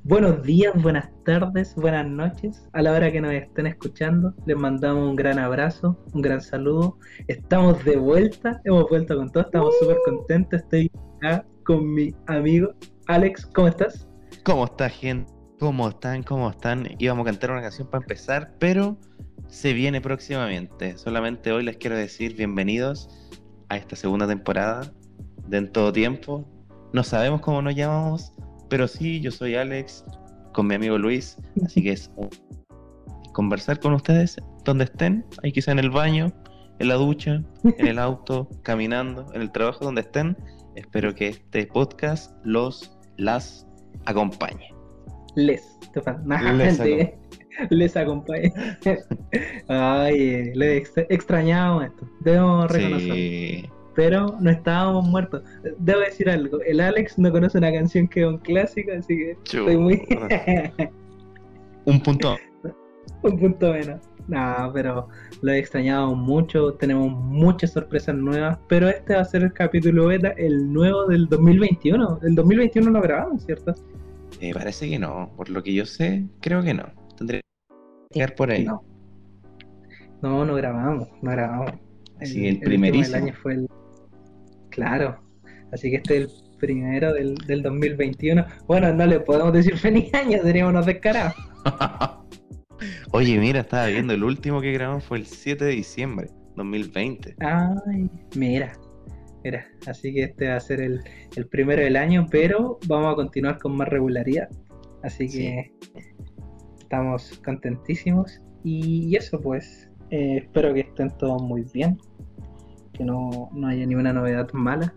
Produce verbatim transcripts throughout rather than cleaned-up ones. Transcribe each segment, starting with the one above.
Buenos días, buenas tardes, buenas noches. A la hora que nos estén escuchando, les mandamos un gran abrazo, un gran saludo. Estamos de vuelta, hemos vuelto con todo, estamos súper contentos. Estoy acá con mi amigo Alex. ¿Cómo estás? ¿Cómo está, gente? ¿Cómo están? ¿Cómo están? Íbamos a cantar una canción para empezar, pero se viene próximamente. Solamente hoy les quiero decir bienvenidos a esta segunda temporada de En Todo Tiempo. No sabemos cómo nos llamamos, pero sí, yo soy Alex, con mi amigo Luis, así que es un... conversar con ustedes donde estén, ahí quizá en el baño, en la ducha, en el auto, caminando, en el trabajo, donde estén. Espero que este podcast los, las acompañe. Les, te falta. Nah, Les te- les acompañe. Ay, eh, le ex- extrañábamos esto, debemos reconocerlo. Sí. Pero no estábamos muertos. Debo decir algo, el Alex no conoce una canción que es un clásico, así que estoy muy... Un punto. un punto menos. No, pero lo extrañamos mucho, tenemos muchas sorpresas nuevas, pero este va a ser el capítulo beta, el nuevo del dos mil veintiuno. El dos mil veintiuno lo grabamos, ¿cierto? Eh, parece que no, por lo que yo sé, creo que no. Tendría que llegar por ahí. No, no, no grabamos, no grabamos. Así el El último del primerísimo. año fue el... Claro, así que este es el primero del, del dos mil veintiuno. Bueno, no le podemos decir feliz año, seríamos unos descarados. Oye, mira, estaba viendo, el último que grabamos fue el siete de diciembre de dos mil veinte. Ay, mira, mira, así que este va a ser el, el primero del año, pero vamos a continuar con más regularidad. Así que estamos contentísimos. Y, y eso pues, eh, espero que estén todos muy bien, que no, no haya ninguna novedad mala.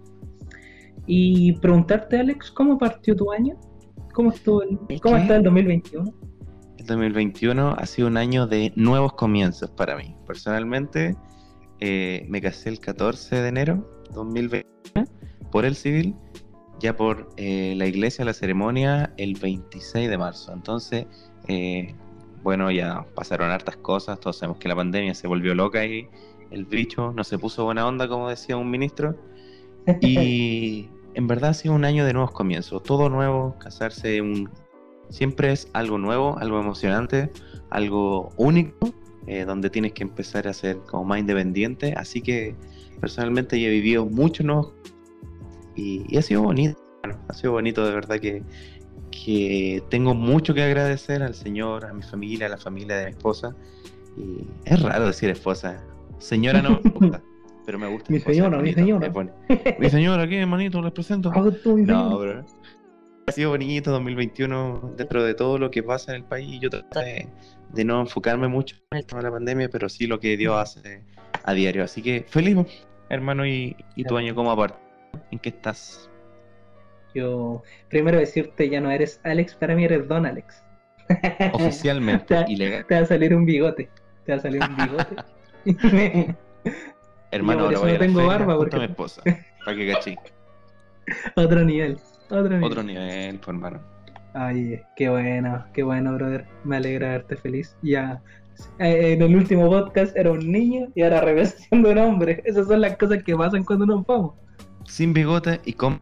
Y preguntarte, Alex, ¿cómo partió tu año? ¿Cómo estuvo el, ¿Es cómo qué? está el dos mil veintiuno? El dos mil veintiuno ha sido un año de nuevos comienzos para mí. Personalmente, eh, me casé el catorce de enero de dos mil veintiuno por el civil, ya por eh, la iglesia, la ceremonia, el veintiséis de marzo. Entonces, eh, bueno, ya pasaron hartas cosas. Todos sabemos que la pandemia se volvió loca y el bicho no se puso buena onda, como decía un ministro. Y en verdad ha sido un año de nuevos comienzos. Todo nuevo, casarse un... siempre es algo nuevo, algo emocionante, algo único, eh, donde tienes que empezar a ser como más independiente. Así que personalmente yo he vivido muchos nuevos y, y ha sido bonito. Bueno, ha sido bonito, de verdad que, que tengo mucho que agradecer al Señor, a mi familia, a la familia de mi esposa. Y es raro decir esposa. Señora no me gusta, pero me gusta Mi esposa, señora, es mi bonito, señora. es bonito. Mi señora, ¿qué, hermanito? Les presento. Ah, tú, mi No, señora. bro. Ha sido bonito dos mil veintiuno dentro de todo lo que pasa en el país. Yo trato de, de no enfocarme mucho en el tema de la pandemia, pero sí lo que Dios hace a diario. Así que feliz, hermano. ¿Y, y tu año cómo aparte? ¿En qué estás? Yo, primero decirte, ya no eres Alex, para mí eres Don Alex. Oficialmente, te, va, ilegal. te va a salir un bigote. Te va a salir un bigote. Hermano, Yo por ahora eso voy no a la tengo feria barba, junto porque a mi esposa. Para que cachí. otro nivel, otro nivel. Otro nivel, pues, hermano. Ay, qué bueno, qué bueno, brother. Me alegra verte feliz. Ya, eh, en el último podcast era un niño y ahora regresa siendo un hombre. Esas son las cosas que pasan cuando nos vamos. Sin bigote y con...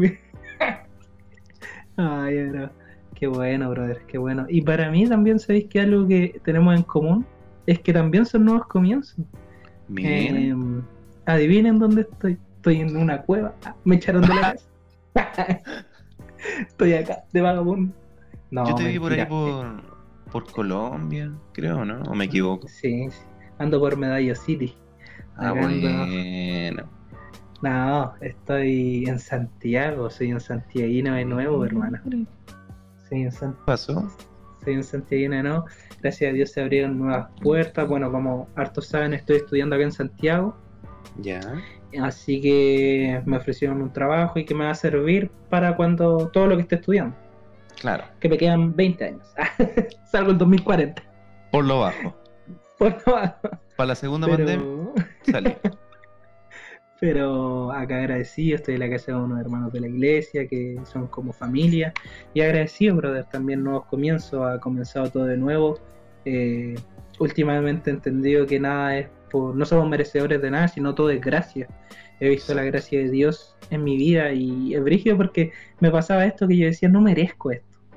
Ay, bro. Qué bueno, brother, qué bueno. Y para mí también, ¿sabéis que algo que tenemos en común? Es que también son nuevos comienzos. Eh, adivinen dónde estoy. Estoy en una cueva. Ah, me echaron de la casa. Estoy acá, de vagabundo. No, Yo te vi por ahí mentira. por, por Colombia, creo, ¿no? ¿O me equivoco? Sí, sí. Ando por Medallo City. Ah, Acá ando- bueno. No, estoy en Santiago. Soy un santiaguino de nuevo, hermano. Soy un San- ¿Qué pasó? Soy un santiaguino de nuevo. Gracias a Dios se abrieron nuevas puertas. Bueno, como hartos saben, estoy estudiando acá en Santiago. Ya. Así que me ofrecieron un trabajo y que me va a servir para cuando todo lo que esté estudiando. Claro. Que me quedan veinte años. Salgo el dos mil cuarenta. Por lo bajo. Por lo bajo. Para la segunda pandemia Pero, salí. pero acá agradecido, estoy en la casa de unos hermanos de la iglesia que son como familia. Y agradecido, brother, también nuevos comienzos. Ha comenzado todo de nuevo. Eh, últimamente he entendido que nada es por, no somos merecedores de nada, sino todo es gracia. He visto la gracia de Dios en mi vida y es brígido porque me pasaba esto que yo decía, no merezco esto,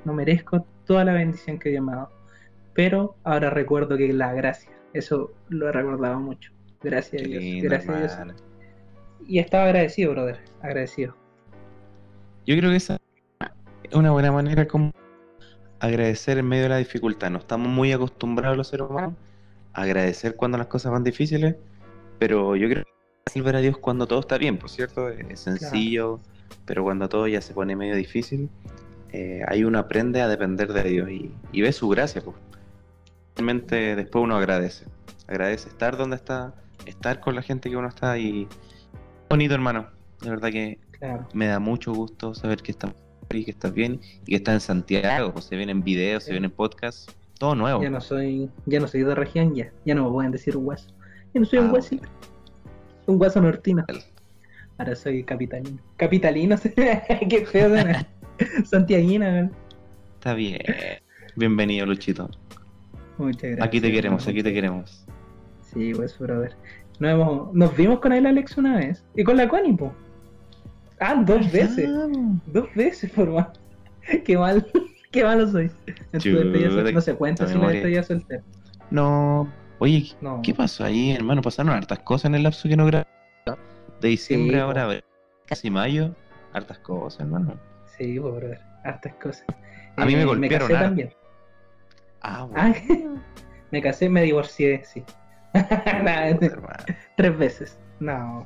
no merezco toda la bendición que Dios me ha dado. Pero ahora recuerdo que la gracia, eso lo he recordado mucho. Gracias a Qué Dios, lindo, gracias a Dios. hermano. Y estaba agradecido, brother, agradecido. Yo creo que esa es una buena manera como agradecer en medio de la dificultad. No estamos muy acostumbrados los seres humanos a agradecer cuando las cosas van difíciles, pero yo creo que silbar a Dios cuando todo está bien, por cierto, es sencillo, claro. Pero cuando todo ya se pone medio difícil, eh, ahí uno aprende a depender de Dios y, y ve su gracia, pues. Realmente después uno agradece, agradece estar donde está, estar con la gente que uno está y bonito, hermano. De verdad que claro. Me da mucho gusto saber que estás y que estás bien y que estás en Santiago, pues se vienen videos, sí. Se vienen podcasts, todo nuevo. Ya no soy, ya no soy de región, ya, ya no me pueden decir un guaso. Ya no soy Ah, un guasito, bueno. Un guaso nortino. Ahora soy capitalino. Capitalino, qué feo suena. Santiaguina, ¿verdad? Está bien. Bienvenido, Luchito. Muchas gracias. Aquí te queremos, aquí te queremos. Sí, pues, brother. Nos, hemos, nos vimos con el Alex una vez. Y con la Connie, po. Ah, dos veces. Dos veces, por más. Qué mal, qué malo soy. En tu despedida, no se cuenta si la despedida soltera. No. Oye, no. ¿Qué pasó ahí, hermano? Pasaron hartas cosas en el lapso que no grabamos. De diciembre sí, ahora, pues. Casi mayo. Hartas cosas, hermano. Sí, pues, brother. Hartas cosas. A eh, mí me golpearon. Me casé nada. también. Ah, bueno. Ah, me casé, me divorcié, sí. Nah, tres veces. No.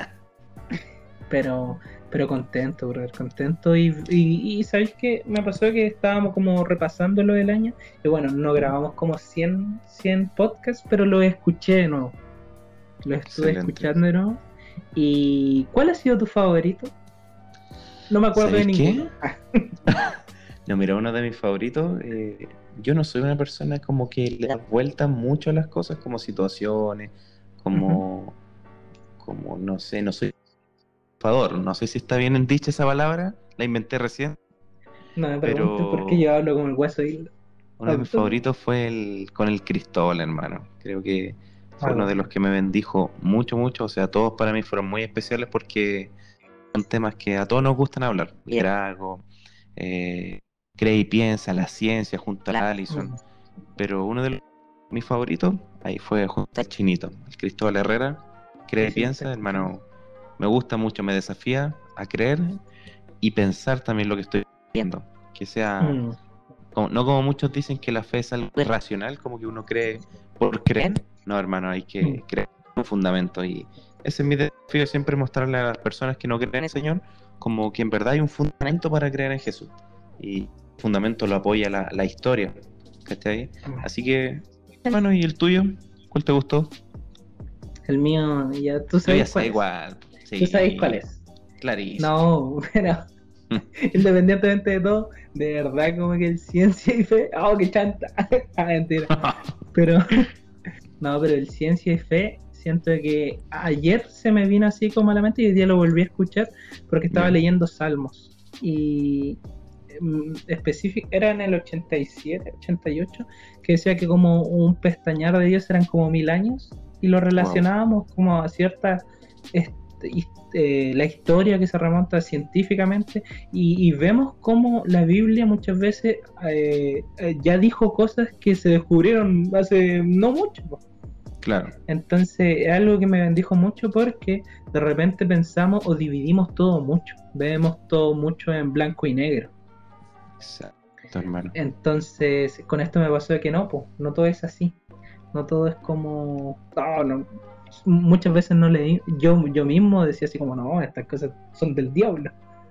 pero pero contento, brother, contento y, y, y ¿sabéis qué? Me pasó que estábamos como repasando lo del año y bueno, no grabamos como cien, cien podcasts, pero lo escuché de nuevo. Lo estuve Excelente. escuchando de nuevo. ¿Y cuál ha sido tu favorito? No me acuerdo de ninguno. No, mira, uno de mis favoritos, eh, yo no soy una persona como que le da vuelta mucho a las cosas, como situaciones, como, uh-huh. como no sé, no soy triunfador, no sé si está bien dicha esa palabra, la inventé recién. No me preguntes pero... por qué yo hablo con el hueso y... Uno de mis favoritos fue el con el Cristóbal, hermano, creo que fue ah, uno bueno. de los que me bendijo mucho, mucho, o sea, todos para mí fueron muy especiales porque son temas que a todos nos gustan hablar, liderazgo, eh... Cree y piensa, la ciencia junto a Allison, uh-huh. Pero uno de los, mis favoritos ahí fue junto al Chinito, el Cristóbal Herrera. Cree y piensa, hermano, me gusta mucho, me desafía a creer y pensar también lo que estoy viendo, que sea, uh-huh. como, no como muchos dicen que la fe es algo irracional, como que uno cree por creer, no, hermano, hay que uh-huh. creer un fundamento y ese es mi desafío, siempre mostrarle a las personas que no creen en el Señor como que en verdad hay un fundamento para creer en Jesús y fundamento lo apoya la, la historia, ¿cachai? Así que, hermano, ¿y el tuyo? ¿Cuál te gustó? El mío, ya tú sabes cuál es. Igual. Sí, tú sabes cuál es. Clarísimo. No, pero independientemente de todo, de verdad como que el ciencia y fe, oh, qué chanta. Ah, mentira. Pero, no, pero el ciencia y fe, siento que ayer se me vino así como a la mente y hoy día lo volví a escuchar porque estaba Bien. leyendo Salmos y específico, era en el ochenta y siete, ochenta y ocho, que decía que como un pestañear de Dios eran como mil años y lo relacionábamos wow. como a cierta este, este, la historia que se remonta científicamente y, y vemos como la Biblia muchas veces eh, ya dijo cosas que se descubrieron hace no mucho. Claro. Entonces es algo que me bendijo mucho porque de repente pensamos o dividimos todo mucho, vemos todo mucho en blanco y negro. Exacto, hermano. Entonces, con esto me pasó de que no, pues, no todo es así. No todo es como. Oh, no. Muchas veces no leí. Yo, yo mismo decía así como, no, estas cosas son del diablo.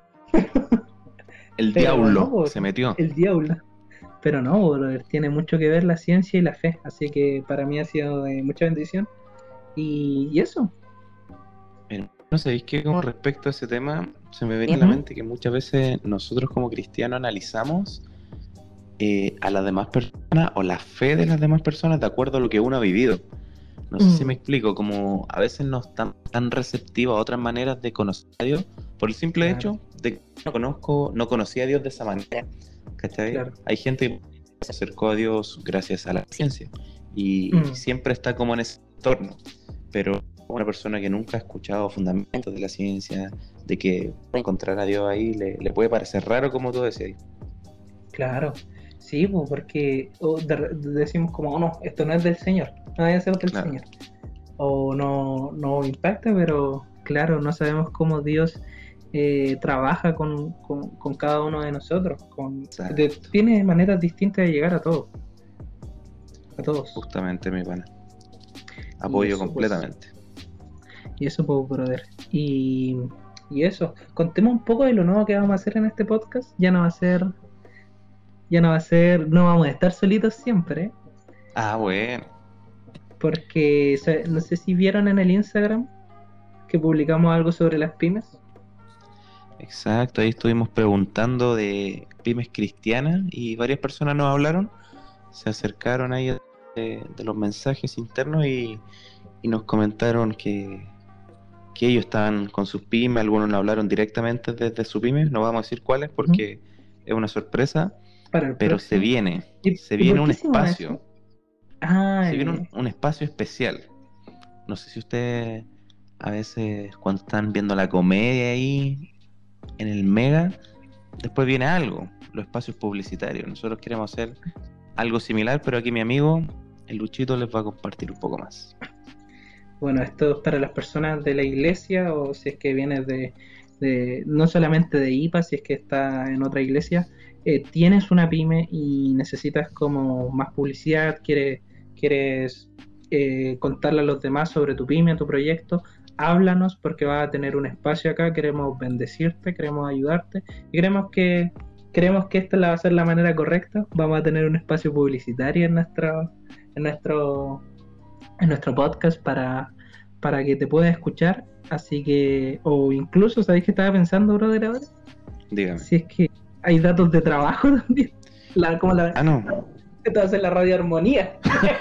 El Pero diablo no, pues, se metió. El diablo. Pero no, brother, tiene mucho que ver la ciencia y la fe. Así que para mí ha sido de mucha bendición. Y, y eso. No sabéis que con respecto a ese tema se me viene uh-huh. a la mente que muchas veces nosotros como cristianos analizamos eh, a las demás personas o la fe de las demás personas de acuerdo a lo que uno ha vivido. No sé uh-huh. si me explico, como a veces no están tan receptivos a otras maneras de conocer a Dios por el simple claro. hecho de que no conozco, no conocía a Dios de esa manera. ¿Cachai? Claro. Hay gente que se acercó a Dios gracias a la ciencia y, uh-huh. y siempre está como en ese entorno, pero una persona que nunca ha escuchado fundamentos de la ciencia, de que encontrar a Dios ahí le, le puede parecer raro, como tú decías. Claro, sí, pues, porque o de- decimos como, oh, no, esto no es del Señor, no debe ser del Claro, Señor. O no, no impacta, pero claro, no sabemos cómo Dios eh, trabaja con, con- con cada uno de nosotros. Con, de- exacto. tiene maneras distintas de llegar a todos, a todos. Justamente, mi pana. Y Apoyo eso, pues, completamente. y eso, pues, brother. Y, y eso, contemos un poco de lo nuevo que vamos a hacer en este podcast. Ya no va a ser, ya no va a ser, no vamos a estar solitos siempre, ¿eh? Ah, bueno. Porque sa- no sé si vieron en el Instagram que publicamos algo sobre las pymes. Exacto, ahí estuvimos preguntando de pymes cristianas y varias personas nos hablaron, se acercaron ahí de, de los mensajes internos y, y nos comentaron que, que ellos estaban con sus pymes, algunos nos hablaron directamente desde su pyme, no vamos a decir cuáles Ujú. porque es una sorpresa, Para el pero se próximo. viene, ¿Y, se y viene por un qué hicimos espacio, eso? Ah, se viene un, eh, un espacio especial. No sé si ustedes a veces cuando están viendo la comedia ahí en el Mega, después viene algo, los espacios publicitarios. Nosotros queremos hacer algo similar, pero aquí mi amigo, el Luchito, les va a compartir un poco más. bueno, esto es para las personas de la iglesia o si es que vienes de, de- no solamente de I P A, si es que está en otra iglesia, eh, tienes una pyme y necesitas como más publicidad, quieres, quieres eh, contarle a los demás sobre tu pyme, tu proyecto, háblanos porque vas a tener un espacio acá, queremos bendecirte, queremos ayudarte y queremos que, creemos que esta la va a ser la manera correcta, vamos a tener un espacio publicitario en nuestro, en nuestro en nuestro podcast para, para que te puedas escuchar. Así que, o incluso, ¿sabéis qué estaba pensando, brother, ahora? Dígame. Si es que hay datos de trabajo también. La, como la Ah, no. que te hace la radio armonía.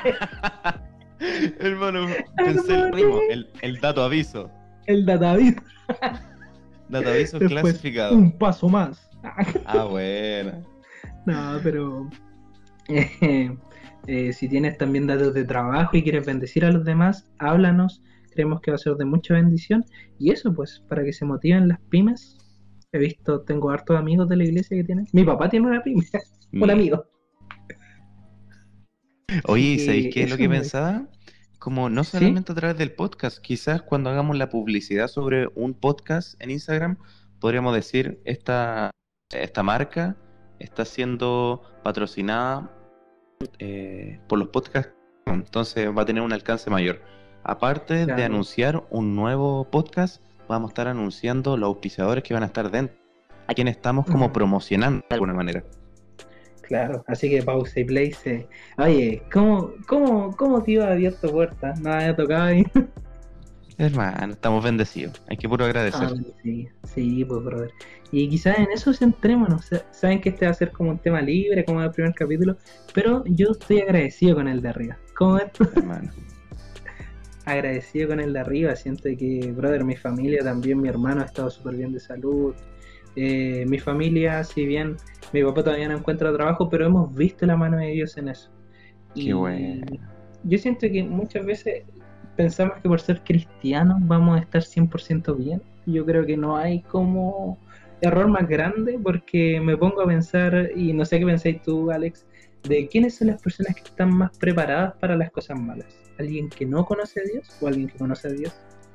Hermano, pensé lo mismo. Armonía. El, el dato aviso. El database. Dato aviso Después, clasificado. un paso más. Ah, bueno. No, pero eh, eh, si tienes también datos de trabajo y quieres bendecir a los demás, háblanos. Creemos que va a ser de mucha bendición. Y eso, pues, para que se motiven las pymes. He visto, tengo hartos amigos de la iglesia que tienen. Mi papá tiene una pyme, un Mi- amigo. Así Oye, ¿sabéis que qué es lo eso, que pues. pensaba? Como no ¿Sí? solamente a través del podcast, quizás cuando hagamos la publicidad sobre un podcast en Instagram, podríamos decir, esta, esta marca está siendo patrocinada eh, por los podcasts, entonces va a tener un alcance mayor. Aparte de Claro, anunciar un nuevo podcast, vamos a estar anunciando los auspiciadores que van a estar dentro, a quienes estamos como mm, promocionando de alguna manera. claro. Así que pausa y play se... Oye, ¿cómo, cómo, cómo te iba abierto puertas? No había tocado ahí. Hermano, estamos bendecidos, hay que puro Ah, agradecer. sí, sí, pues, brother. Y quizás en eso centrémonos. Sa- Saben que este va a ser como un tema libre, como el primer capítulo, pero yo estoy agradecido con el de arriba. ¿Cómo es? Hermano, Agradecido con el de arriba. Siento que, brother, mi familia también, mi hermano ha estado súper bien de salud. Eh, mi familia, si bien mi papá todavía no encuentra trabajo, pero hemos visto la mano de Dios en eso. qué bueno. Y yo siento que muchas veces pensamos que por ser cristianos vamos a estar cien por ciento bien. Yo creo que no hay como error más grande porque me pongo a pensar, y no sé qué pensáis tú, Alex, de quiénes son las personas que están más preparadas para las cosas malas. ¿Alguien que no conoce a Dios o alguien que conoce a Dios?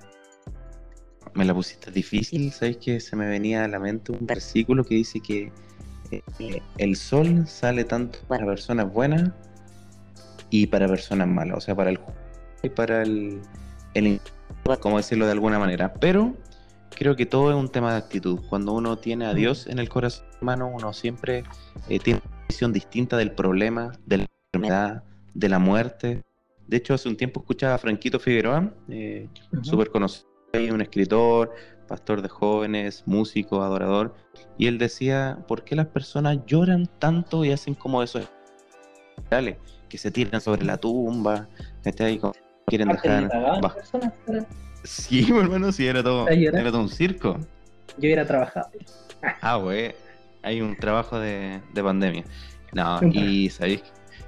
Me la pusiste difícil, sabes que se me venía a la mente un versículo que dice que eh, el sol sale tanto para personas buenas y para personas malas, o sea, para el justo y para el, el como decirlo de alguna manera, pero creo que todo es un tema de actitud. Cuando uno tiene a Dios en el corazón, hermano, uno siempre eh, tiene una visión distinta del problema, de la enfermedad, de la muerte. De hecho, hace un tiempo escuchaba a Franquito Figueroa, eh, Ujú. súper conocido, un escritor, pastor de jóvenes, músico, adorador, y él decía, ¿por qué las personas lloran tanto y hacen como esos espirales, que se tiran sobre la tumba, ¿cachai? Como quieren Aparte de dejar pagaban bajo? personas para, Sí, hermano, sí, era todo, para llorar. era todo un circo. Yo hubiera trabajado. Ah, güey, hay un trabajo de, de pandemia. No, Un y sabéis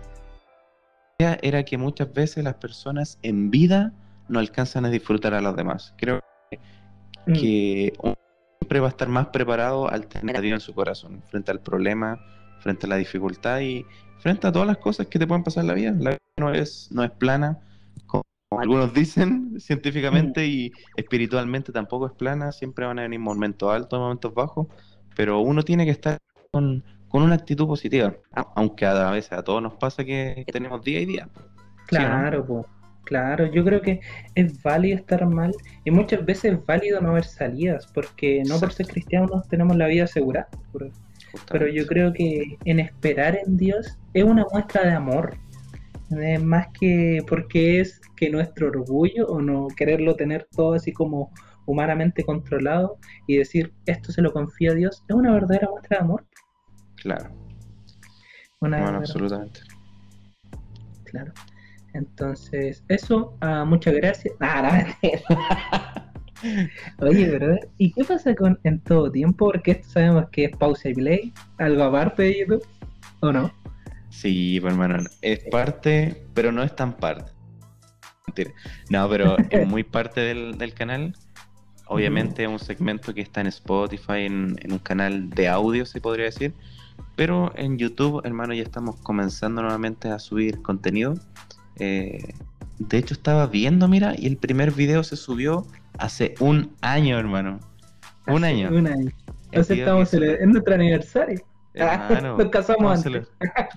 que era que muchas veces las personas en vida no alcanzan a disfrutar a los demás. Creo Mm, que uno siempre va a estar más preparado al tener a Dios en su corazón, frente al problema, frente a la dificultad y frente a todas las cosas que te pueden pasar en la vida. La vida no es, no es plana, como algunos dicen científicamente, y espiritualmente tampoco es plana, siempre van a venir momentos altos, momentos bajos, pero uno tiene que estar con, con una actitud positiva, a- aunque a veces a todos nos pasa que tenemos día y día, ¿sí o no? Claro, po, claro, yo creo que es válido estar mal y muchas veces es válido no ver salidas, porque no por ser Exacto, cristianos tenemos la vida asegurada, por- pero yo justamente. creo que en esperar en Dios es una muestra de amor, es más que porque es que nuestro orgullo o no quererlo tener todo así como humanamente controlado y decir esto se lo confío a Dios, es una verdadera muestra de amor, Claro, una bueno, verdadera, absolutamente. claro. Entonces, eso, ah, muchas gracias. Ah, no, mentira. Oye, brother, ¿y qué pasa con en todo tiempo? Porque esto sabemos que es pausa y play, algo aparte de YouTube, ¿o no? Sí, pues, hermano, es parte, pero no es tan parte. Mentira. No, pero es muy parte del, del canal. Ujú. Obviamente es un segmento que está en Spotify, en, en un canal de audio, se podría decir. Pero en YouTube, hermano, ya estamos comenzando nuevamente a subir contenido. Eh, de hecho, estaba viendo, mira, y el primer video se subió hace un año, hermano. Un Hace año. un año. El O sea, video que estamos solo... cele- en nuestro aniversario. Ah, nos Hermano, casamos vamos a antes. hacerlo.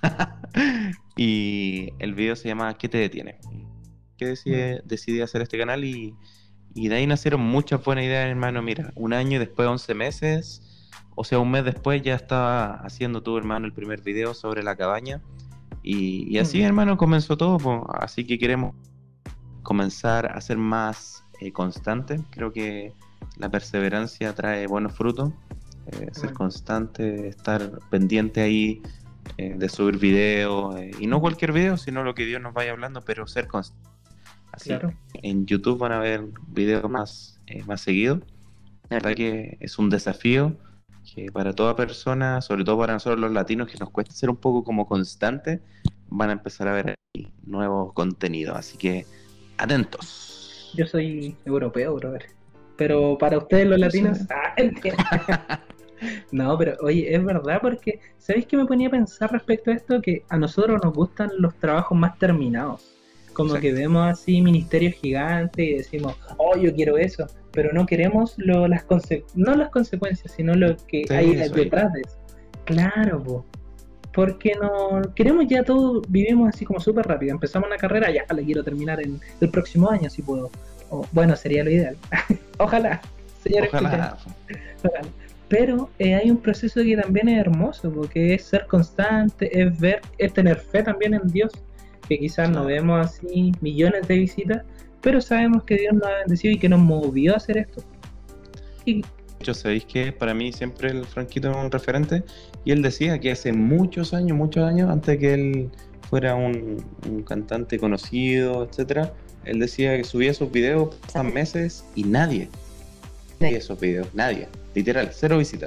Y el video se llama ¿Qué te detiene? Que Mm, decidí, decidí hacer este canal y, y de ahí nacieron muchas buenas ideas, hermano. Mira, un año y después once meses, o sea, un mes después ya estaba haciendo tu hermano el primer video sobre la cabaña. Y, y así, mm, hermano, comenzó todo, po. Así que queremos comenzar a ser más eh, constante. Creo que la perseverancia trae buenos frutos. Eh, ser mm, constante, estar pendiente ahí eh, de subir videos, eh, y no mm, cualquier video, sino lo que Dios nos vaya hablando, pero ser constante. Así, claro. en YouTube van a ver videos más, eh, más seguidos. La verdad que es un desafío que para toda persona, sobre todo para nosotros los latinos, que nos cuesta ser un poco como constante, van a empezar a ver ahí nuevos contenidos. Así que atentos. Yo soy europeo, brother. Pero para ustedes los Yo latinos, sé. ah, entiendo. No, pero oye, es verdad porque, ¿sabéis qué me ponía a pensar respecto a esto? Que a nosotros nos gustan los trabajos más terminados. Como que Exacto. vemos así ministerios gigantes y decimos, oh, yo quiero eso, pero no queremos lo, las conse- no las consecuencias, sino lo que Sí, hay eso ahí. detrás de eso. Claro, po, porque no queremos ya todo, vivimos así como súper rápido. Empezamos una carrera, ya la quiero terminar en el próximo año, si puedo. O, bueno, sería lo ideal. Ojalá, señor escuchante. Ojalá. Pero eh, hay un proceso que también es hermoso, porque es ser constante, es ver, es tener fe también en Dios, que quizás no Claro. vemos así millones de visitas, pero sabemos que Dios nos ha bendecido y que nos movió a hacer esto. Y De hecho, sabéis que para mí siempre el Franquito es un referente, y él decía que hace muchos años, muchos años, antes de que él fuera un, un cantante conocido, etcétera, él decía que subía sus videos, pasaban meses y nadie veía esos videos, nadie, literal, cero visitas.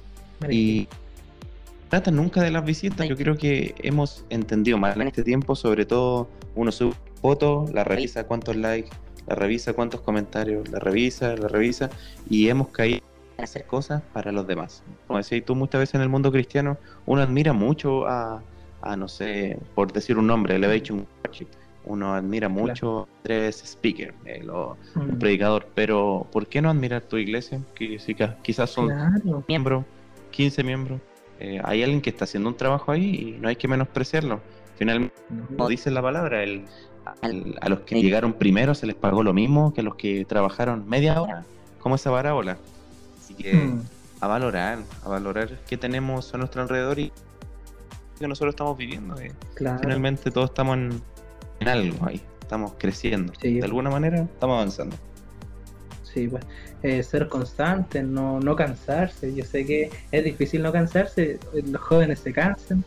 Y trata nunca de las visitas. Yo creo que hemos entendido mal en este tiempo, sobre todo uno sube fotos, la revisa cuántos likes, la revisa cuántos comentarios, la revisa, la revisa, y hemos caído en hacer cosas para los demás. Como decías tú, muchas veces en el mundo cristiano uno admira mucho a, a no sé, por decir un nombre, Elevation Worship. Uno admira claro, mucho a tres speakers, eh, lo- un mm, predicador, pero ¿por qué no admirar tu iglesia? Que si ca- quizás son claro, miembros, quince miembros, eh, hay alguien que está haciendo un trabajo ahí y no hay que menospreciarlo. Finalmente, como no, dice la palabra, el, al- a los que llegaron primero se les pagó lo mismo que a los que trabajaron media hora, como esa parábola. Así que mm, a valorar, a valorar qué tenemos a nuestro alrededor y que nosotros estamos viviendo. eh. claro, Finalmente todos estamos en, en algo ahí, estamos creciendo. sí, De alguna manera estamos avanzando. sí, pues, eh, ser constante, no, no cansarse. Yo sé que es difícil no cansarse, eh, los jóvenes se cansan,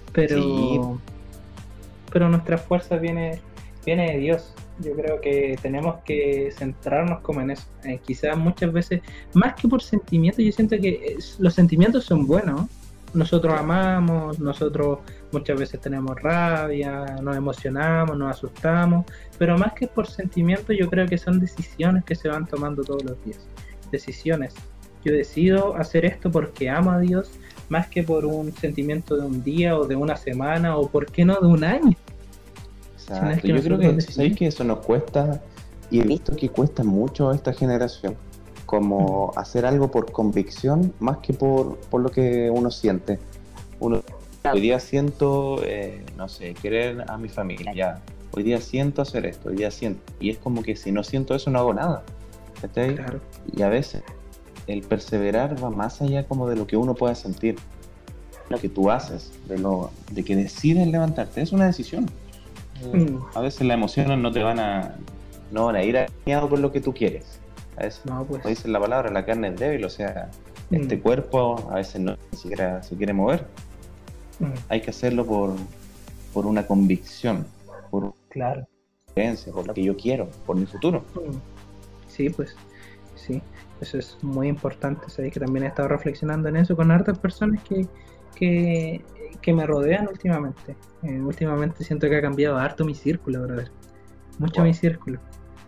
Sí, pero, pero nuestra fuerza viene, viene de Dios. Yo creo que tenemos que centrarnos como en eso. Eh, quizás muchas veces, más que por sentimientos, yo siento que es- los sentimientos son buenos. Nosotros claro. amamos, nosotros muchas veces tenemos rabia, nos emocionamos, nos asustamos, pero más que por sentimientos, yo creo que son decisiones que se van tomando todos los días. Decisiones. Yo decido hacer esto porque amo a Dios, más que por un sentimiento de un día o de una semana o por qué no de un año. Exacto. Es que yo creo que, ¿sabéis que eso nos cuesta? Y he visto que cuesta mucho a esta generación, como uh-huh. hacer algo por convicción más que por, por lo que uno siente. Uno, hoy día siento, eh, no sé, querer a mi familia, ya. Hoy día siento hacer esto, hoy día siento. Y es como que si no siento eso no hago nada. ¿Está claro. Y a veces el perseverar va más allá como de lo que uno pueda sentir. Lo que tú haces, de, lo, de que decides levantarte, es una decisión. Mm. A veces las emociones no te van a, no van a ir alineado con lo que tú quieres. A veces, no, pues. Como dice la palabra, la carne es débil, o sea, mm. este cuerpo a veces no ni siquiera se quiere mover. Mm. Hay que hacerlo por, por una convicción, por claro. una creencia, por lo que yo quiero, por mi futuro. Sí, pues, sí, eso es muy importante. Sabéis que también he estado reflexionando en eso con hartas personas que, que, que me rodean últimamente. Eh, últimamente siento que ha cambiado harto mi círculo, brother. Mucho wow. mi círculo.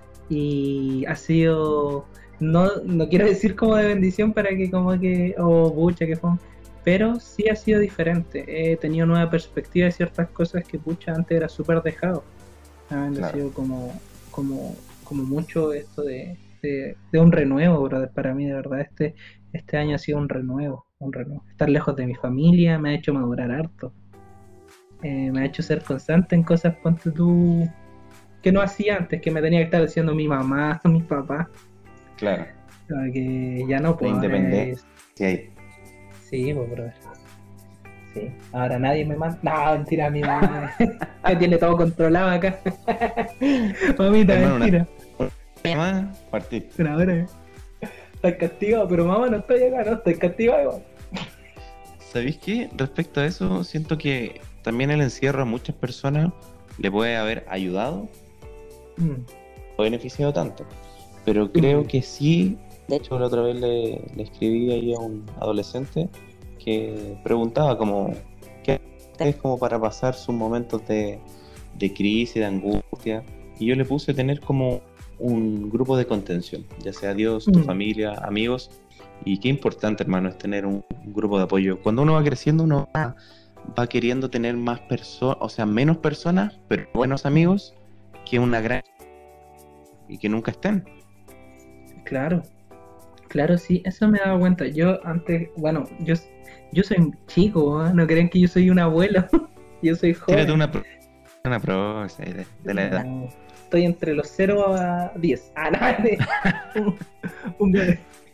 Y ha sido, no, no quiero decir como de bendición para que como que, o oh, pucha que fue, pero sí ha sido diferente. He tenido nueva perspectiva de ciertas cosas que pucha antes era súper dejado. Ha claro. sido como, como, como mucho esto de, de, de un renuevo, brother. Para mí de verdad este, este año ha sido un renuevo, un renuevo. Estar lejos de mi familia me ha hecho madurar harto. Eh, me ha hecho ser constante en cosas, ponte tú, que no hacía antes, que me tenía que estar diciendo mi mamá, mi papá. Claro. Que ya no puedo. Independencia. Es... Sí, pues, brother. Sí. Ahora nadie me manda. No, mentira, mi mamá. Que tiene todo controlado acá. Mamita, hermano, mentira. Mamá, partí. Pero ahora. Estás castigado, pero mamá, no estoy acá, no estoy castigado igual. ¿Sabéis qué? Respecto a eso, siento que también el encierro a muchas personas le puede haber ayudado mm. o beneficiado tanto, pero creo mm. que sí. De hecho, la otra vez le, le escribí ahí a un adolescente que preguntaba como qué es como para pasar sus momentos de, de crisis, de angustia, y yo le puse tener como un grupo de contención, ya sea Dios, tu mm. familia, amigos. Y qué importante, hermano, es tener un, un grupo de apoyo. Cuando uno va creciendo, uno va, va queriendo tener más personas, o sea, menos personas, pero buenos amigos, que una gran... y que nunca estén. Claro, claro, sí, eso me he dado cuenta. Yo antes, bueno, yo, yo soy chico, ¿eh? No creen que yo soy un abuelo. Yo soy joven. Tírate una pro, una pro de, de la edad. No, estoy entre los cero a diez. Ah, no, un, un bebé.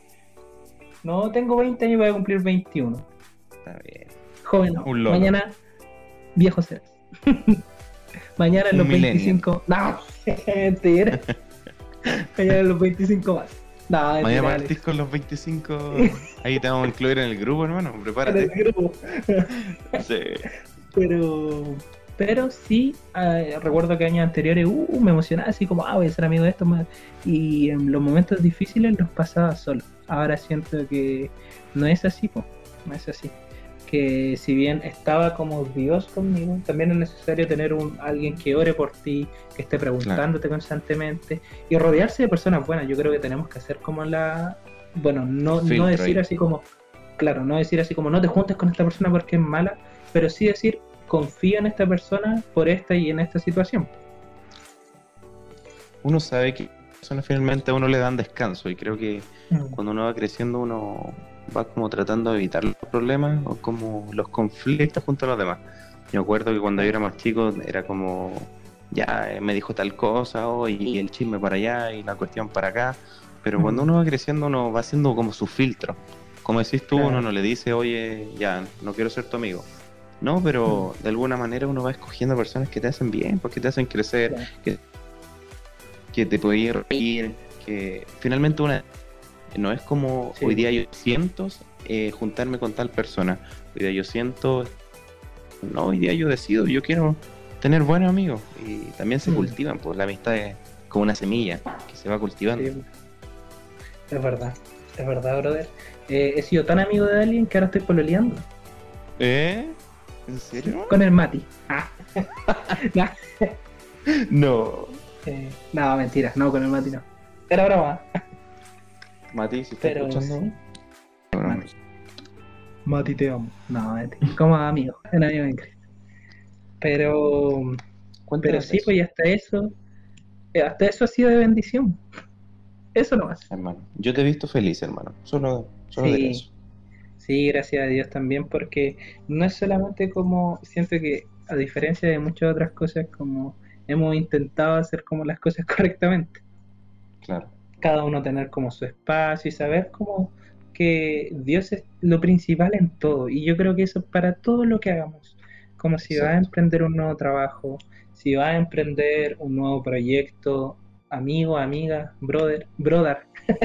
No, tengo veinte años y voy a cumplir veintiuno. Está bien. Joven, no. Mañana viejo serás. Mañana en los veinticinco. No, mentira. Mañana en los veinticinco más. No, mañana partís con los veinticinco. Ahí te vamos a incluir en el grupo, hermano. Prepárate. En el grupo. Sí. Pero, pero sí, eh, recuerdo que años anteriores uh, me emocionaba así como, ah, voy a ser amigo de esto. Y en los momentos difíciles los pasaba solo. Ahora siento que no es así, po. No es así. Que si bien estaba como Dios conmigo, también es necesario tener un alguien que ore por ti, que esté preguntándote claro. constantemente y rodearse de personas buenas. Yo creo que tenemos que hacer como la... Bueno, no, no decir ahí. así como... Claro, no decir así como no te juntes con esta persona porque es mala, pero sí decir confía en esta persona por esta y en esta situación. Uno sabe que finalmente a uno le dan descanso y creo que mm. cuando uno va creciendo uno va como tratando de evitar los problemas o como los conflictos junto a los demás. Yo acuerdo que cuando yo era más chico era como ya me dijo tal cosa oh, y el chisme para allá y la cuestión para acá, pero mm. cuando uno va creciendo uno va haciendo como su filtro, como decís tú, claro. uno no le dice oye ya no quiero ser tu amigo, no, pero mm. de alguna manera uno va escogiendo personas que te hacen bien, porque te hacen crecer, claro. que que te puede reír, que finalmente una no es como sí. hoy día yo siento eh, juntarme con tal persona, hoy día yo siento, no, hoy día yo decido, yo quiero tener buenos amigos y también se mm. cultivan, pues la amistad es como una semilla que se va cultivando. Sí. Es verdad, es verdad, brother. Eh, he sido tan amigo de alguien que ahora estoy pololeando. ¿Eh? ¿En serio? Con el Mati. Ah. No. Eh, no, mentira, no, con el Mati no. Era broma. Mati, si estás escuchando. Sí. Mati. Mati, te amo. No, es como amigo, en amigo en Cristo. Pero, pero Cuéntame de sí, eso, pues y hasta eso, eh, hasta eso ha sido de bendición. Eso nomás. hermano. Yo te he visto feliz, hermano. Solo, solo diré Sí, eso. sí, gracias a Dios también, porque no es solamente como, siento que a diferencia de muchas otras cosas, como hemos intentado hacer como las cosas correctamente, Claro, cada uno tener como su espacio y saber como que Dios es lo principal en todo. Y yo creo que eso es para todo lo que hagamos. Como si vas a exacto. emprender un nuevo trabajo, si vas a emprender un nuevo proyecto, amigo, amiga, brother, brother,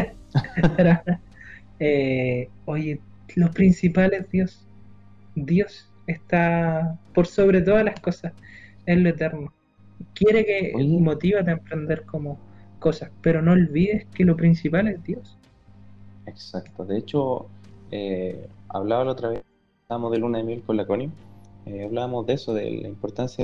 eh, oye, lo principal es Dios. Dios está por sobre todas las cosas, es lo eterno. Quiere que Oye, motívate a emprender como cosas, pero no olvides que lo principal es Dios. exacto. De hecho, eh, hablaba la otra vez, estábamos de luna de miel con la Connie, eh, hablábamos de eso, de la importancia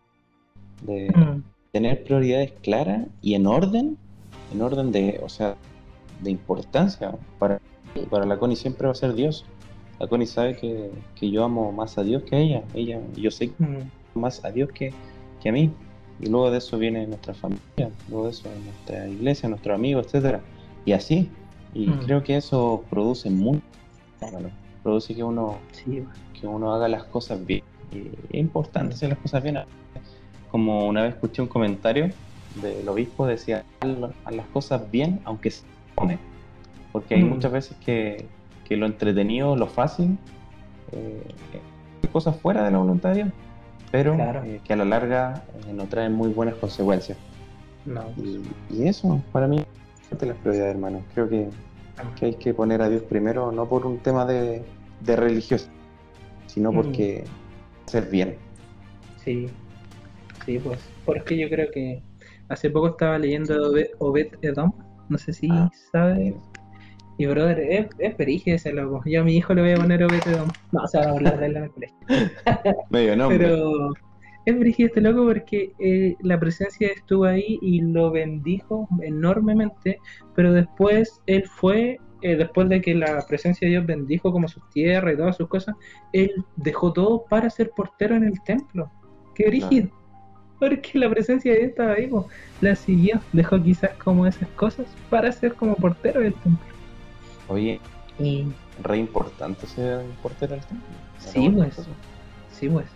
de Mm, tener prioridades claras y en orden, en orden de, o sea, de importancia. Para, para la Connie siempre va a ser Dios. La Connie sabe que, que yo amo más a Dios que a ella. Ella, yo sé que mm, amo más a Dios que, que a mí. Y luego de eso viene nuestra familia, luego de eso nuestra iglesia, nuestros amigos, etcétera. Y así. Y mm. creo que eso produce mucho, bueno, produce que uno, Sí, que uno haga las cosas bien. Y es importante mm, hacer las cosas bien. Como una vez escuché un comentario del obispo, decía, haz haz las cosas bien, aunque se pone. Porque hay mm, muchas veces que, que lo entretenido, lo fácil, eh, hay cosas fuera de la voluntad de Dios, pero claro, eh, que a la larga eh, no traen muy buenas consecuencias. no, pues, Y, y eso, para mí, es las prioridades, hermano. Creo que, que hay que poner a Dios primero, no por un tema de, de religioso, sino mm, porque hacer bien. sí, sí, pues, porque yo creo que hace poco estaba leyendo Obed, Obed Edom, no sé si Ah, sabes, eh, y brother, es, es perige ese loco, yo a mi hijo le voy a poner Obed Edom, no, se van a burlar de él en el colegio, medio nombre. pero es brígido este loco porque eh, la presencia estuvo ahí y lo bendijo enormemente, pero después él fue, eh, después de que la presencia de Dios bendijo como sus tierras y todas sus cosas, él dejó todo para ser portero en el templo. Qué Claro. brígido, porque la presencia de Dios estaba ahí, po. La siguió, dejó quizás como esas cosas para ser como portero del templo. Oye, Y re importante ser portero del templo. Era sí, buenas pues, cosas. sí, pues.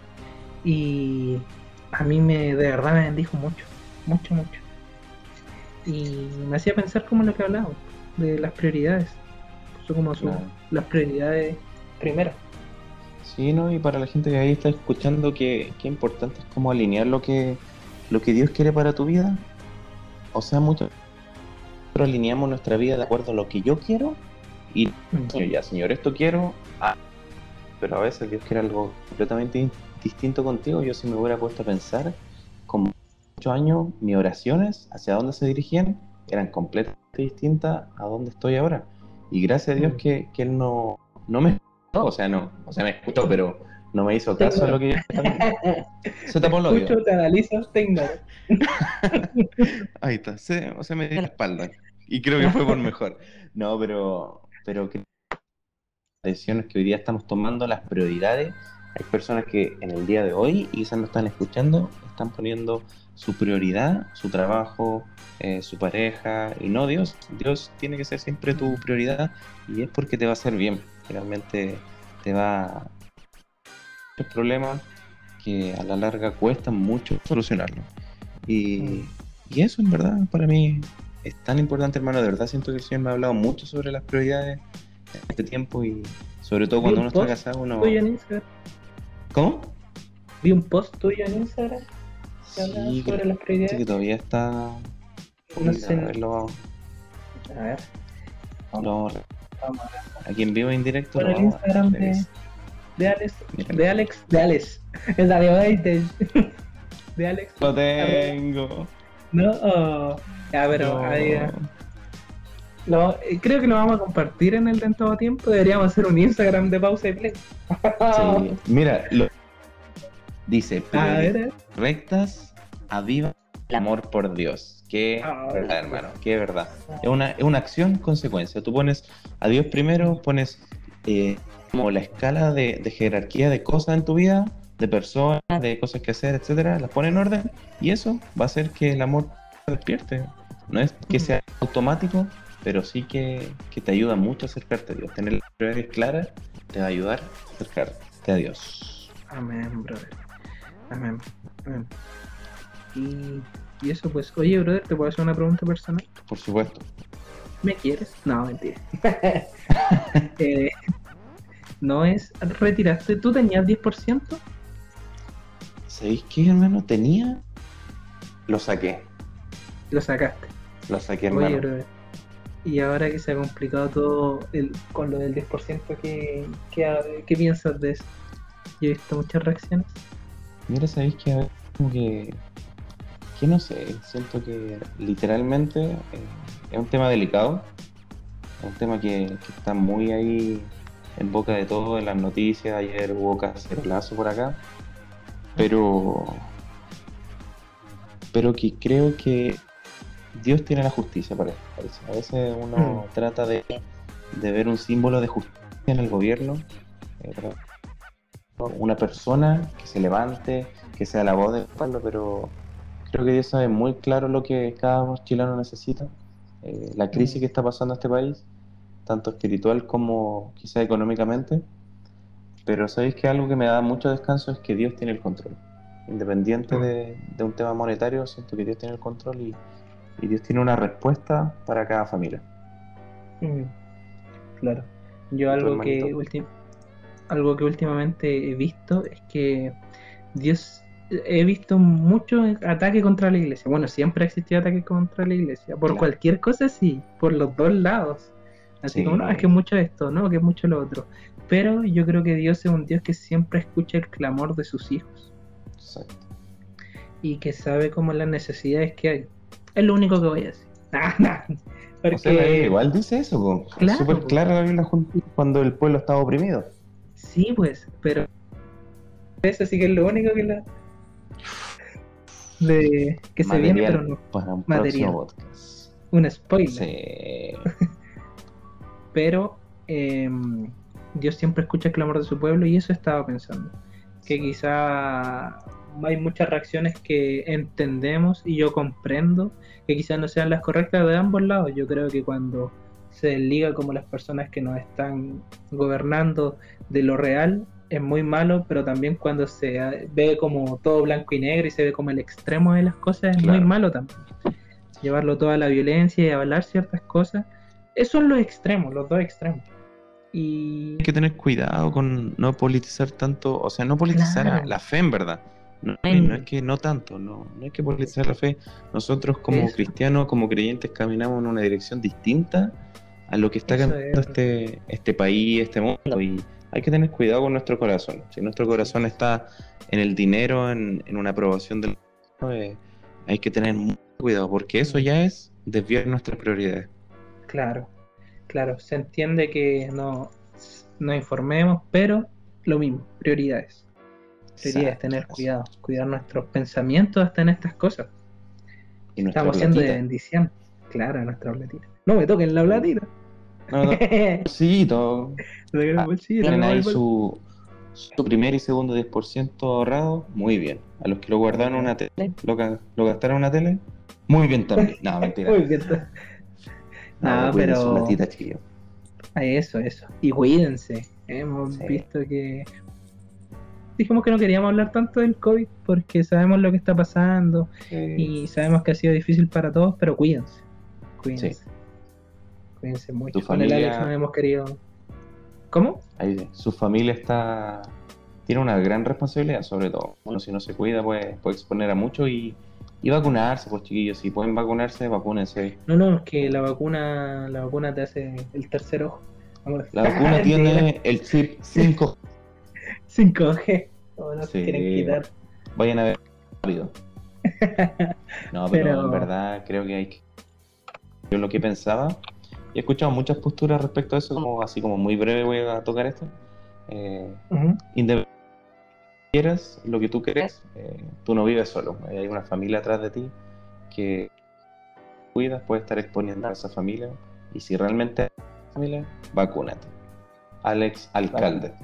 Y a mí me, de verdad me bendijo mucho, mucho, mucho. Y me hacía pensar como lo que hablábamos, de las prioridades. Puso como su, Claro. las prioridades primero. Sí, ¿no? Y para la gente que ahí está escuchando, que, que importante es como alinear lo que, lo que Dios quiere para tu vida. O sea, mucho nosotros alineamos nuestra vida de acuerdo a lo que yo quiero y Mm, Señor, ya, Señor, esto quiero, ah, pero a veces Dios quiere algo completamente in- distinto contigo. Yo si me hubiera puesto a pensar, como ocho años, mis oraciones, hacia dónde se dirigían, eran completamente distintas a dónde estoy ahora. Y gracias a Dios mm. que, que Él no, no me escuchó, o sea, no, o sea, me escuchó, pero no me hizo Te caso a ignoro. lo que yo estaba viendo. Se Te tapó el hoyo. escucho, te analizo, te ignoro. Ahí está, se, o sea, me dio la espalda. Y creo que fue por mejor. No, pero, pero creo que las decisiones que hoy día estamos tomando, las prioridades, hay personas que en el día de hoy, y quizás no están escuchando, están poniendo su prioridad, su trabajo, eh, su pareja, y no Dios. Dios tiene que ser siempre tu prioridad y es porque te va a hacer bien. Finalmente te va a muchos problemas que a la larga cuestan mucho solucionarlos. Mm. Y, y eso en verdad para mí es tan importante, hermano. De verdad siento que el Señor me ha hablado mucho sobre las prioridades en este tiempo y sobre todo Vi cuando un uno está post casado, tuyo uno... en Instagram. ¿Cómo? Vi un post tuyo en Instagram que hablaba Sí, sobre creo las que prioridades. todavía está... No Mira, sé. a ver, lo vamos, A ver, lo vamos, vamos vamos a ver. a- aquí en vivo e indirecto Por lo el vamos a Instagram de, revisar. de Alex. Mira, De Alex. De Alex. Es la de Oates. De Alex. lo Arroba. tengo. No. Oh. Ya, pero ahí. No. eh, Lo, eh, creo que lo vamos a compartir en el de en todo tiempo. Deberíamos hacer un Instagram de pausa y play. Sí, mira, lo dice, A prioridades ver. eh. rectas, aviva el amor por Dios. Qué Ah, verdad, hermano, qué verdad. Es una, es una acción consecuencia. Tú pones a Dios primero, pones eh, como la escala de, de jerarquía de cosas en tu vida, de personas, de cosas que hacer, etcétera, las pone en orden y eso va a hacer que el amor se despierte. No es que sea automático, pero sí que, que te ayuda mucho a acercarte a Dios. Tener las prioridades claras te va a ayudar a acercarte a Dios. Amén, brother. Amén. Amén. Y, y eso pues, oye, brother, ¿te puedo hacer una pregunta personal? Por supuesto. ¿Me quieres? No, mentira. eh, no es, retiraste, ¿tú tenías diez por ciento? ¿Sabéis qué, hermano? Tenía, lo saqué. Lo sacaste. Lo saqué, hermano. Oye, brother. Y ahora que se ha complicado todo el, con lo del diez por ciento, ¿qué, qué, qué piensas de eso? Yo he visto muchas reacciones. Mira, sabéis que a veces como que, que no sé, siento que literalmente eh, es un tema delicado, es un tema que, que está muy ahí en boca de todos, en las noticias. Ayer hubo cacerolazo por acá, pero, pero que creo que Dios tiene la justicia para eso. A veces uno mm. trata de, de ver un símbolo de justicia en el gobierno, eh, una persona que se levante, que sea la voz del pueblo, pero creo que Dios sabe muy claro lo que cada chileno necesita, eh, la crisis que está pasando en este país, tanto espiritual como quizá económicamente, pero sabéis que algo que me da mucho descanso es que Dios tiene el control. Independiente de, de un tema monetario, siento que Dios tiene el control y, y Dios tiene una respuesta para cada familia. Mm, claro. Yo algo que, ulti- algo que últimamente he visto es que Dios... He visto mucho ataque contra la iglesia. Bueno, siempre ha existido ataque contra la iglesia. Por claro. Cualquier cosa sí, por los dos lados. Así sí. Como, no, es que mucho esto, no, que mucho lo otro. Pero yo creo que Dios es un Dios que siempre escucha el clamor de sus hijos. Exacto. Y que sabe cómo las necesidades que hay. Es lo único que voy a decir. Porque... O sea, la Biblia igual dice eso, po. Claro, es súper clara la Biblia cuando el pueblo estaba oprimido. Sí, pues, pero eso sí que es lo único que la... De que se viene, pero no. Para un material. Podcast. Un spoiler. Sí. Pero eh, Dios siempre escucha el clamor de su pueblo y eso estaba pensando. Que quizá hay muchas reacciones que entendemos y yo comprendo que quizás no sean las correctas de ambos lados. Yo creo que cuando se desliga como las personas que nos están gobernando de lo real, es muy malo, pero también cuando se ve como todo blanco y negro y se ve como el extremo de las cosas, es claro. Muy malo también. Llevarlo todo a la violencia y hablar ciertas cosas, esos son los extremos, los dos extremos. Y hay que tener cuidado con no politizar tanto, o sea, no politizar claro. la fe en verdad. No, no es que no tanto, no, no hay que politizar la fe. Nosotros como Eso. cristianos, como creyentes, caminamos en una dirección distinta a lo que está Eso cambiando es. este, este país, este mundo, y hay que tener cuidado con nuestro corazón. Si nuestro corazón está en el dinero, en, en una aprobación del eh, hay que tener mucho cuidado, porque eso ya es desviar nuestras prioridades. Claro, claro, se entiende que no nos informemos, pero lo mismo, prioridades. Prioridades, tener cuidado, cuidar nuestros pensamientos hasta en estas cosas. Y estamos siendo de bendición. Claro, nuestra platita. No me toquen la platita. No, no, bolsito. Ah, tienen ahí su, su primer y segundo diez por ciento ahorrado, muy bien. A los que lo guardaron en una tele, lo, lo gastaron en una tele, muy bien también. No, mentira. Muy bien. No, no pero... Su platita, chiquillo. Eso, eso. Y cuídense. Hemos sí. visto que... Dijimos que no queríamos hablar tanto del COVID porque sabemos lo que está pasando sí. y sabemos que ha sido difícil para todos, pero cuídense. Cuídense. Sí. Cuídense mucho. Tu familia... Con el Alex no hemos querido... ¿Cómo? Ahí, su familia está... tiene una gran responsabilidad, sobre todo. Bueno, si no se cuida, puede, puede exponer a mucho y, y vacunarse, pues chiquillos. Si pueden vacunarse, vacúnense. No, no, es que la vacuna la vacuna te hace el tercer ojo. Vamos. La vacuna tiene el chip cinco G. cinco G. Oh, no sí, se quieren quitar. Vayan a ver rápido. No, pero, pero en verdad creo que hay que... Yo lo que pensaba... He escuchado muchas posturas respecto a eso, como así como muy breve voy a tocar esto. Eh, uh-huh. Independientemente de quieras lo que tú quieres, eh, tú no vives solo. Hay una familia atrás de ti que cuidas, puedes estar exponiendo a esa familia. Y si realmente es familia, vacúnate. Alex Alcalde.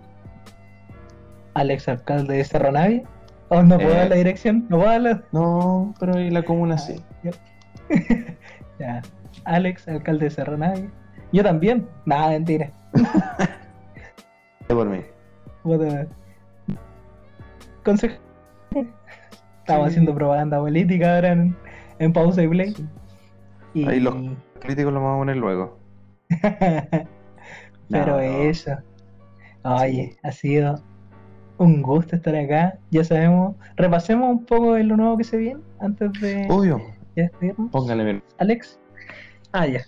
Alex Alcalde de Cerro Navia. ¿O no puedo Eh. dar la dirección? ¿No puedo dar la...? No, pero en la comuna sí. Ya. Ya. Alex Alcalde de Cerro Navia. Yo también. Nada, mentira. Por mí. Puta. Consejo. Estamos Sí. haciendo propaganda política ahora en, en pausa y play. Sí. Y... Ahí los críticos lo vamos a poner luego. Pero No, no. eso. Oye, Sí. ha sido un gusto estar acá. Ya sabemos. Repasemos un poco de lo nuevo que se viene antes de Obvio. de despedirnos. Póngale ver. Alex. Ah, ya.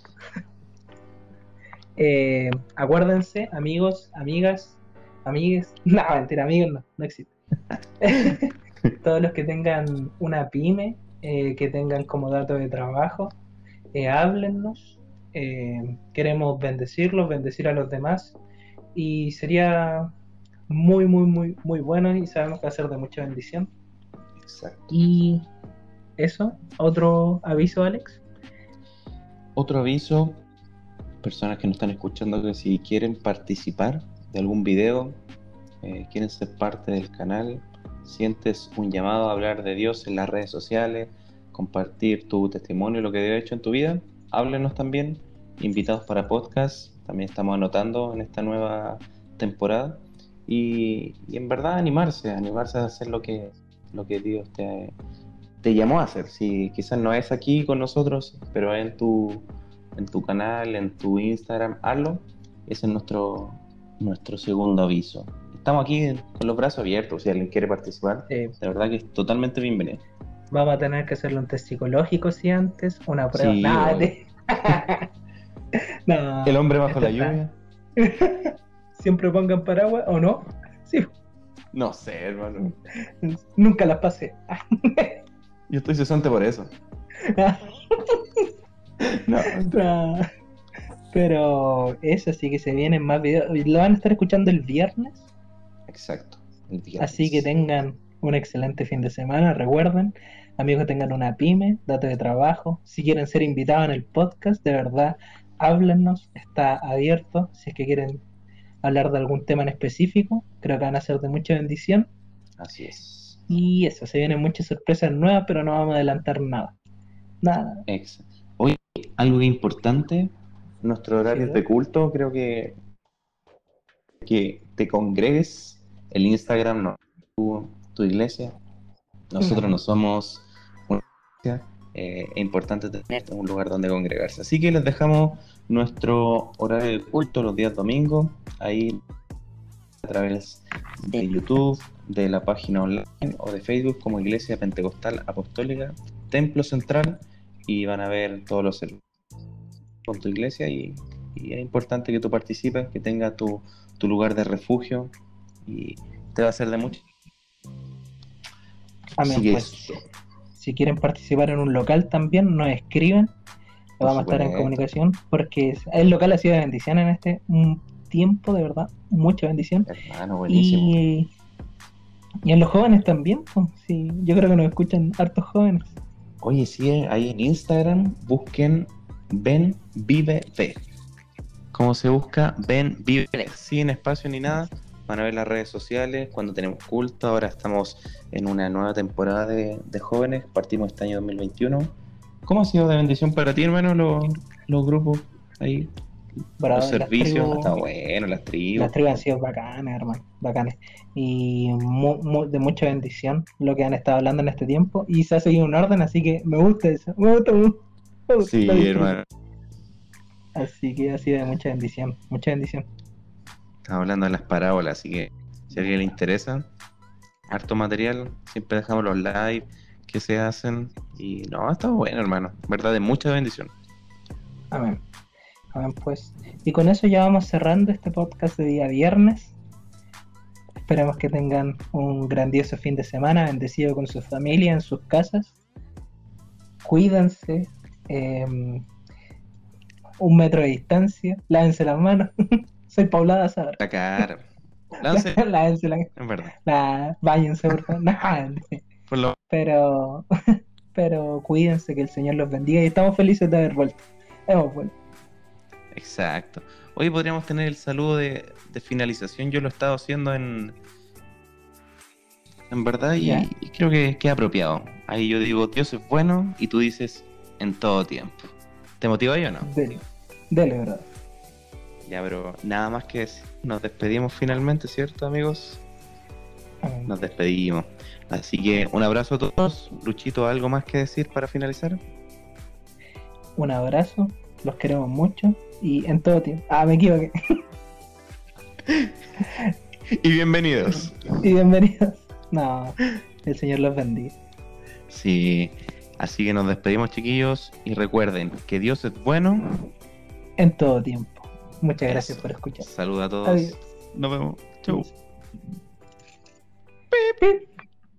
Eh, acuérdense, amigos, amigas, amigues. No, mentira, amigos no, no existe. Todos los que tengan una pyme, eh, que tengan como dato de trabajo, eh, háblennos. Eh, queremos bendecirlos, bendecir a los demás. Y sería muy, muy, muy, muy bueno y sabemos que va a ser de mucha bendición. Exacto. Y eso, otro aviso, Alex. Otro aviso, personas que nos están escuchando, que si quieren participar de algún video, eh, quieren ser parte del canal, sientes un llamado a hablar de Dios en las redes sociales, compartir tu testimonio, lo que Dios ha hecho en tu vida, háblenos también, invitados para podcast, también estamos anotando en esta nueva temporada, y, y en verdad animarse, animarse a hacer lo que, lo que Dios te, te llamó a hacer. Si quizás no es aquí con nosotros, pero en tu, en tu canal, en tu Instagram, hazlo. Ese es nuestro, nuestro segundo aviso. Estamos aquí con los brazos abiertos, si alguien quiere participar, Eh, de verdad que es totalmente bienvenido. Vamos a tener que hacerle un test psicológico si antes, una prueba. Sí, Nah, obvio. te- No, El hombre bajo la esto está- lluvia. Siempre pongan paraguas, ¿o no? Sí, No sé, hermano. nunca las pasé. Yo estoy cesante por eso. No, No. Pero eso sí que se vienen más videos. Lo van a estar escuchando el viernes. exacto. El viernes. Así que tengan un excelente fin de semana. Recuerden, amigos, que tengan una pyme, datos de trabajo. Si quieren ser invitados en el podcast, de verdad, háblennos. Está abierto. Si es que quieren hablar de algún tema en específico, creo que van a ser de mucha bendición. Así es. Y eso, se vienen muchas sorpresas nuevas, pero no vamos a adelantar nada. Nada. Exacto. Oye, algo importante, nuestro horario Sí, de culto, creo que que te congregues, el Instagram no, tu, tu iglesia. Nosotros No. no somos una iglesia, eh, es importante tener un lugar donde congregarse. Así que les dejamos nuestro horario de culto los días domingos, ahí a través de YouTube, de la página online o de Facebook como Iglesia Pentecostal Apostólica Templo Central, y van a ver todos los servicios con tu iglesia, y, y es importante que tú participes, que tengas tu, tu lugar de refugio, y te va a ser de mucho. Amén, Así que pues. Si quieren participar en un local también, nos escriben. Por Vamos a estar en supuesto. comunicación porque es- el local ha sido de bendición en este mm, tiempo, de verdad, mucha bendición. Hermano, buenísimo. Y, y en los jóvenes también, pues, sí, yo creo que nos escuchan hartos jóvenes. Oye, sí, ahí en Instagram busquen Ven Vive Ve. ¿Cómo se busca? Ven Vive Ve. Sin espacio ni nada. Van a ver las redes sociales cuando tenemos culto. Ahora estamos en una nueva temporada de, de jóvenes. Partimos este año dos mil veintiuno. ¿Cómo ha sido de bendición para ti, hermano, los, los grupos ahí? Bravo, Los las servicios. tribus- Está bueno, las tribus. Las tribus han sido bacanas, hermano, bacanes. Y mu- mu- de mucha bendición lo que han estado hablando en este tiempo. Y se ha seguido un orden, así que me gusta eso. Me gusta mucho. Me gusta, Sí, lo disfruto. hermano. Así que ha sido de mucha bendición. Mucha bendición. Estamos hablando de las parábolas, así que si a alguien le interesa, harto material, siempre dejamos los live que se hacen, y no, está bueno, hermano, verdad, de mucha bendición. Amén. Amén, pues. Y con eso ya vamos cerrando este podcast de día viernes. Esperemos que tengan un grandioso fin de semana, bendecido con su familia, en sus casas. Cuídense. eh, un metro de distancia. Lávense las manos. Soy Paulada Saber. La cara, lance, Lávense la, es verdad, la, váyanse, por favor. Nah, por lo pero, pero cuídense, que el Señor los bendiga. Y estamos felices de haber vuelto. Hemos vuelto. exacto. Hoy podríamos tener el saludo de, de finalización. Yo lo he estado haciendo en, en verdad y, Ya. y creo que queda apropiado. Ahí yo digo, Dios es bueno y tú dices en todo tiempo. ¿Te motiva yo o no? Dele, dele, ¿verdad? Ya, pero nada más que decir. Nos despedimos finalmente, ¿cierto, amigos? Mm, Nos despedimos. Así que un abrazo a todos. Luchito, ¿algo más que decir para finalizar? Un abrazo, los queremos mucho y en todo tiempo. Ah, me equivoqué. Y bienvenidos. Y bienvenidos. No, el Señor los bendiga. Sí, así que nos despedimos, chiquillos, y recuerden que Dios es bueno. En todo tiempo. Muchas gracias Eso. por escuchar. Saludos a todos. Adiós. Nos vemos. Chau. Pip.